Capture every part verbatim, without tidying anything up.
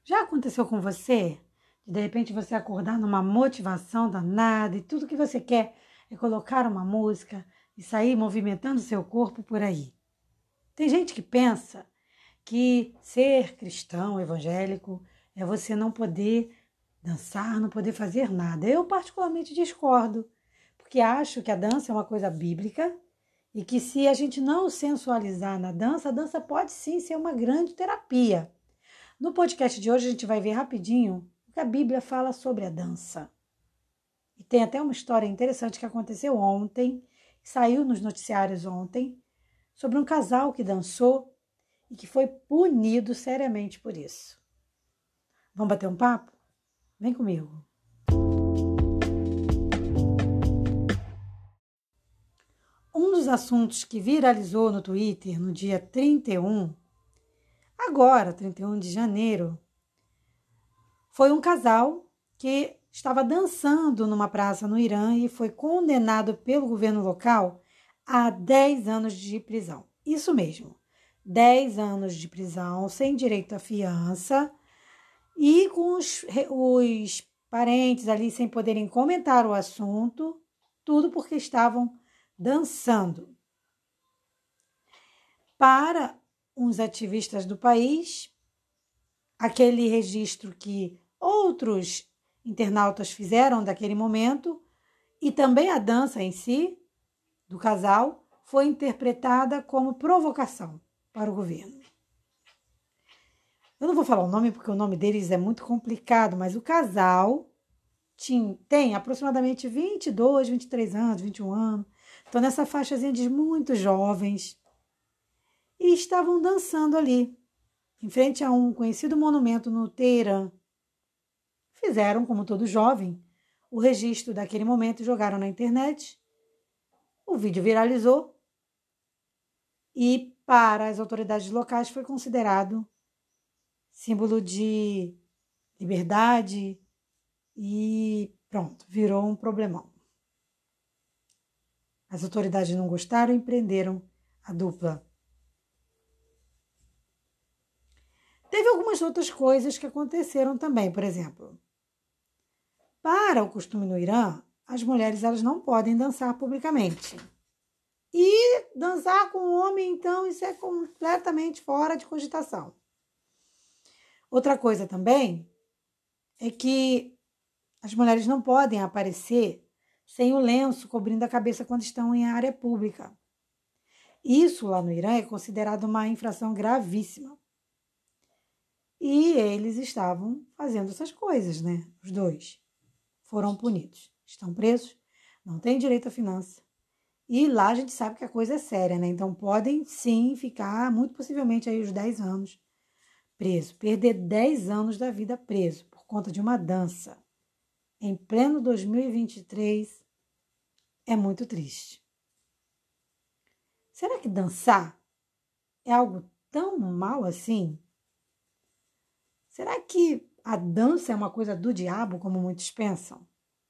Já aconteceu com você? De, de repente você acordar numa motivação danada e tudo que você quer é colocar uma música e sair movimentando seu corpo por aí. Tem gente que pensa que ser cristão, evangélico, é você não poder dançar, não poder fazer nada. Eu particularmente discordo, porque acho que a dança é uma coisa bíblica e que se a gente não sensualizar na dança, a dança pode sim ser uma grande terapia. No podcast de hoje a gente vai ver rapidinho o que a Bíblia fala sobre a dança. E tem até uma história interessante que aconteceu ontem, saiu nos noticiários ontem, sobre um casal que dançou e que foi punido seriamente por isso. Vamos bater um papo? Vem comigo. Um dos assuntos que viralizou no Twitter no dia trinta e um, agora, trinta e um de janeiro, foi um casal que estava dançando numa praça no Irã e foi condenado pelo governo local a dez anos de prisão. Isso mesmo, dez anos de prisão, sem direito à fiança e com os, os parentes ali sem poderem comentar o assunto, tudo porque estavam dançando. Para uns ativistas do país, aquele registro que outros internautas fizeram daquele momento e também a dança em si, do casal, foi interpretada como provocação para o governo. Eu não vou falar o nome porque o nome deles é muito complicado, mas o casal tinha, tem aproximadamente vinte e dois, vinte e três anos, vinte e um anos, estão nessa faixazinha de muito jovens e estavam dançando ali, em frente a um conhecido monumento no Teherã. Fizeram, como todo jovem, o registro daquele momento e jogaram na internet. O vídeo viralizou e, para as autoridades locais, foi considerado símbolo de liberdade e pronto, virou um problemão. As autoridades não gostaram e prenderam a dupla. Teve algumas outras coisas que aconteceram também, por exemplo, para o costume no Irã, as mulheres elas não podem dançar publicamente. E dançar com o homem, então, isso é completamente fora de cogitação. Outra coisa também é que as mulheres não podem aparecer sem o lenço cobrindo a cabeça quando estão em área pública. Isso lá no Irã é considerado uma infração gravíssima. E eles estavam fazendo essas coisas, né? Os dois foram punidos. Estão presos, não têm direito à fiança. E lá a gente sabe que a coisa é séria, né? Então podem sim ficar, muito possivelmente, aí os dez anos preso. Perder dez anos da vida preso por conta de uma dança em pleno dois mil e vinte e três é muito triste. Será que dançar é algo tão mal assim? Será que a dança é uma coisa do diabo, como muitos pensam?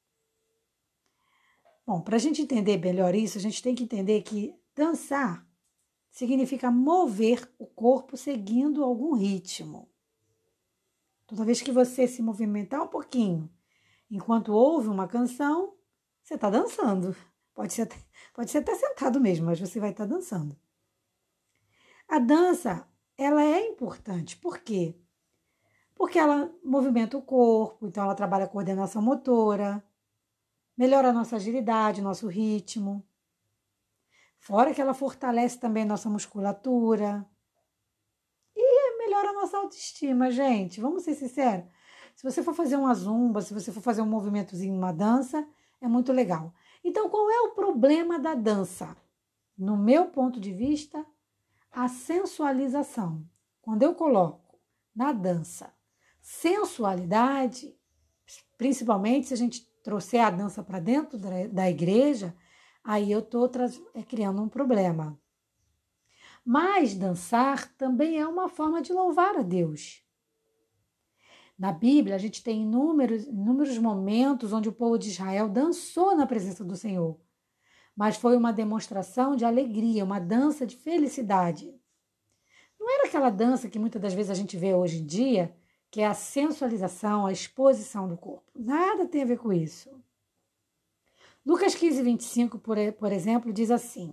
Bom, para a gente entender melhor isso, a gente tem que entender que dançar significa mover o corpo seguindo algum ritmo. Toda vez que você se movimentar um pouquinho, enquanto ouve uma canção, você está dançando. Pode ser, até, pode ser até sentado mesmo, mas você vai estar dançando. A dança, ela é importante. Por quê? Porque ela movimenta o corpo, então ela trabalha a coordenação motora, melhora a nossa agilidade, nosso ritmo. Fora que ela fortalece também nossa musculatura. E melhora a nossa autoestima, gente. Vamos ser sinceros. Se você for fazer uma zumba, se você for fazer um movimentozinho, uma dança, é muito legal. Então, qual é o problema da dança? No meu ponto de vista, a sensualização. Quando eu coloco na dança sensualidade, principalmente se a gente trouxer a dança para dentro da igreja, aí eu estou é, criando um problema. Mas dançar também é uma forma de louvar a Deus. Na Bíblia, a gente tem inúmeros, inúmeros momentos onde o povo de Israel dançou na presença do Senhor. Mas foi uma demonstração de alegria, uma dança de felicidade. Não era aquela dança que muitas das vezes a gente vê hoje em dia, que é a sensualização, a exposição do corpo. Nada tem a ver com isso. Lucas quinze, vinte e cinco, por, por exemplo, diz assim: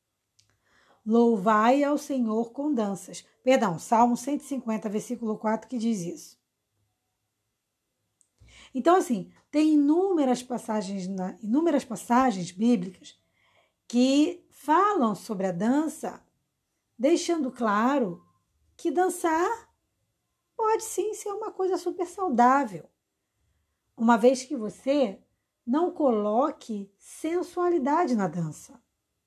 louvai ao Senhor com danças. Perdão, Salmo cento e cinquenta, versículo quatro, que diz isso. Então, assim, tem inúmeras passagens, na, inúmeras passagens bíblicas que falam sobre a dança, deixando claro que dançar pode sim ser uma coisa super saudável, uma vez que você não coloque sensualidade na dança.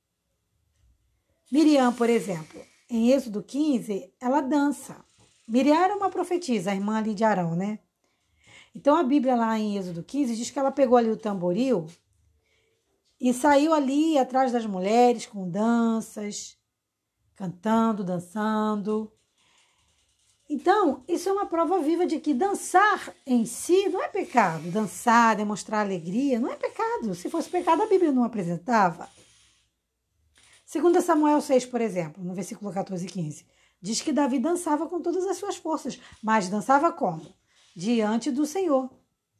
Miriam, por exemplo, em Êxodo quinze, ela dança. Miriam era uma profetisa, a irmã ali de Arão, né? Então a Bíblia lá em Êxodo quinze diz que ela pegou ali o tamboril e saiu ali atrás das mulheres com danças, cantando, dançando. Então, isso é uma prova viva de que dançar em si não é pecado. Dançar, demonstrar alegria, não é pecado. Se fosse pecado, a Bíblia não apresentava. Segundo Samuel seis, por exemplo, no versículo catorze e quinze, diz que Davi dançava com todas as suas forças, mas dançava como? Diante do Senhor.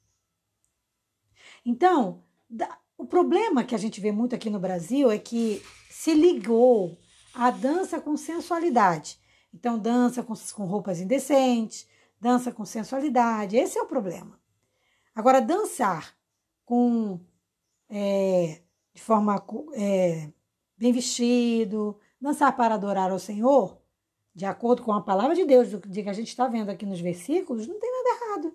Então, o problema que a gente vê muito aqui no Brasil é que se ligou a dança com sensualidade. Então, dança com, com roupas indecentes, dança com sensualidade. Esse é o problema. Agora, dançar com é, de forma é, bem vestido, dançar para adorar ao Senhor, de acordo com a palavra de Deus, do que a gente está vendo aqui nos versículos, não tem nada errado.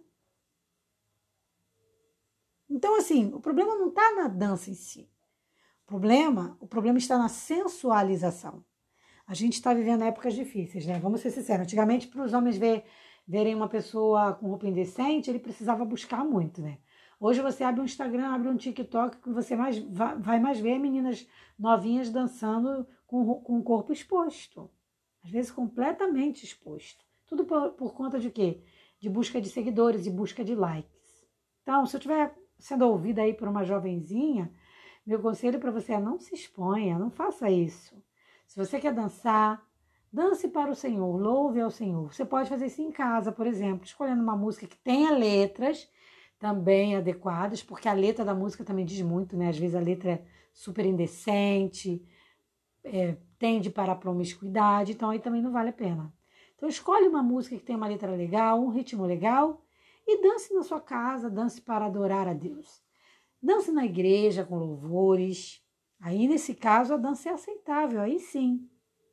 Então, assim, o problema não está na dança em si. O problema, o problema está na sensualização. A gente está vivendo épocas difíceis, né? Vamos ser sinceros. Antigamente, para os homens ver, verem uma pessoa com roupa indecente, ele precisava buscar muito, né? Hoje você abre um Instagram, abre um TikTok, que você mais, vai, vai mais ver meninas novinhas dançando com, com o corpo exposto. Às vezes completamente exposto. Tudo por, por conta de quê? De busca de seguidores, de busca de likes. Então, se eu estiver sendo ouvida aí por uma jovenzinha, meu conselho para você é não se exponha, não faça isso. Se você quer dançar, dance para o Senhor, louve ao Senhor. Você pode fazer isso em casa, por exemplo, escolhendo uma música que tenha letras também adequadas, porque a letra da música também diz muito, né? Às vezes a letra é super indecente, é, tende para a promiscuidade, então aí também não vale a pena. Então escolhe uma música que tenha uma letra legal, um ritmo legal e dance na sua casa, dance para adorar a Deus. Dance na igreja com louvores. Aí, nesse caso, a dança é aceitável, aí sim.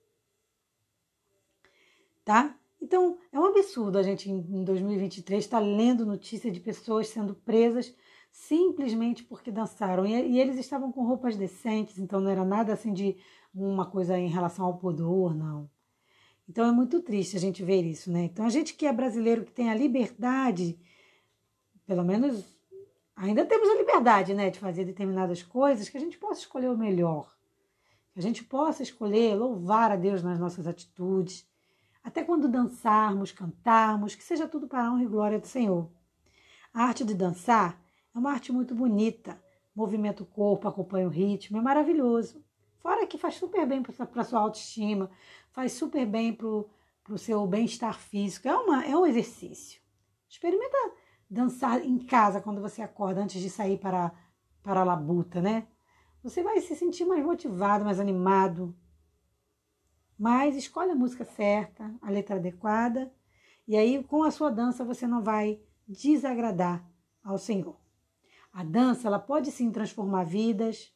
Tá? Então, é um absurdo a gente, em dois mil e vinte e três, estar lendo notícia de pessoas sendo presas simplesmente porque dançaram. E, e eles estavam com roupas decentes, então não era nada assim de uma coisa em relação ao pudor, não. Então, é muito triste a gente ver isso, né? Então, a gente que é brasileiro, que tem a liberdade, pelo menos ainda temos a liberdade, né, de fazer determinadas coisas, que a gente possa escolher o melhor. Que a gente possa escolher louvar a Deus nas nossas atitudes. Até quando dançarmos, cantarmos, que seja tudo para a honra e glória do Senhor. A arte de dançar é uma arte muito bonita. Movimenta o corpo, acompanha o ritmo, é maravilhoso. Fora que faz super bem para a sua autoestima, faz super bem para o seu bem-estar físico. É, uma, é um exercício. Experimenta dançar em casa quando você acorda antes de sair para, para a labuta, né? Você vai se sentir mais motivado, mais animado. Mas escolhe a música certa, a letra adequada, e aí com a sua dança você não vai desagradar ao Senhor. A dança, ela pode sim transformar vidas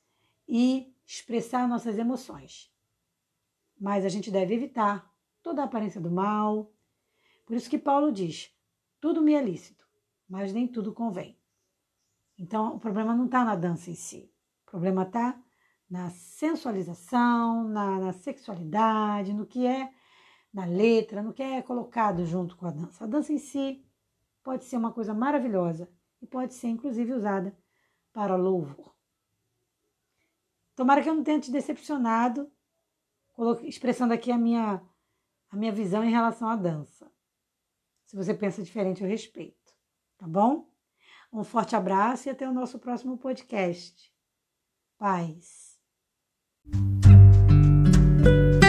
e expressar nossas emoções. Mas a gente deve evitar toda a aparência do mal. Por isso que Paulo diz, tudo me é lícito, mas nem tudo convém. Então, o problema não está na dança em si. O problema está na sensualização, na, na sexualidade, no que é na letra, no que é colocado junto com a dança. A dança em si pode ser uma coisa maravilhosa e pode ser, inclusive, usada para louvor. Tomara que eu não tenha te decepcionado, expressando aqui a minha, a minha visão em relação à dança. Se você pensa diferente, eu respeito. Tá bom? Um forte abraço e até o nosso próximo podcast. Paz.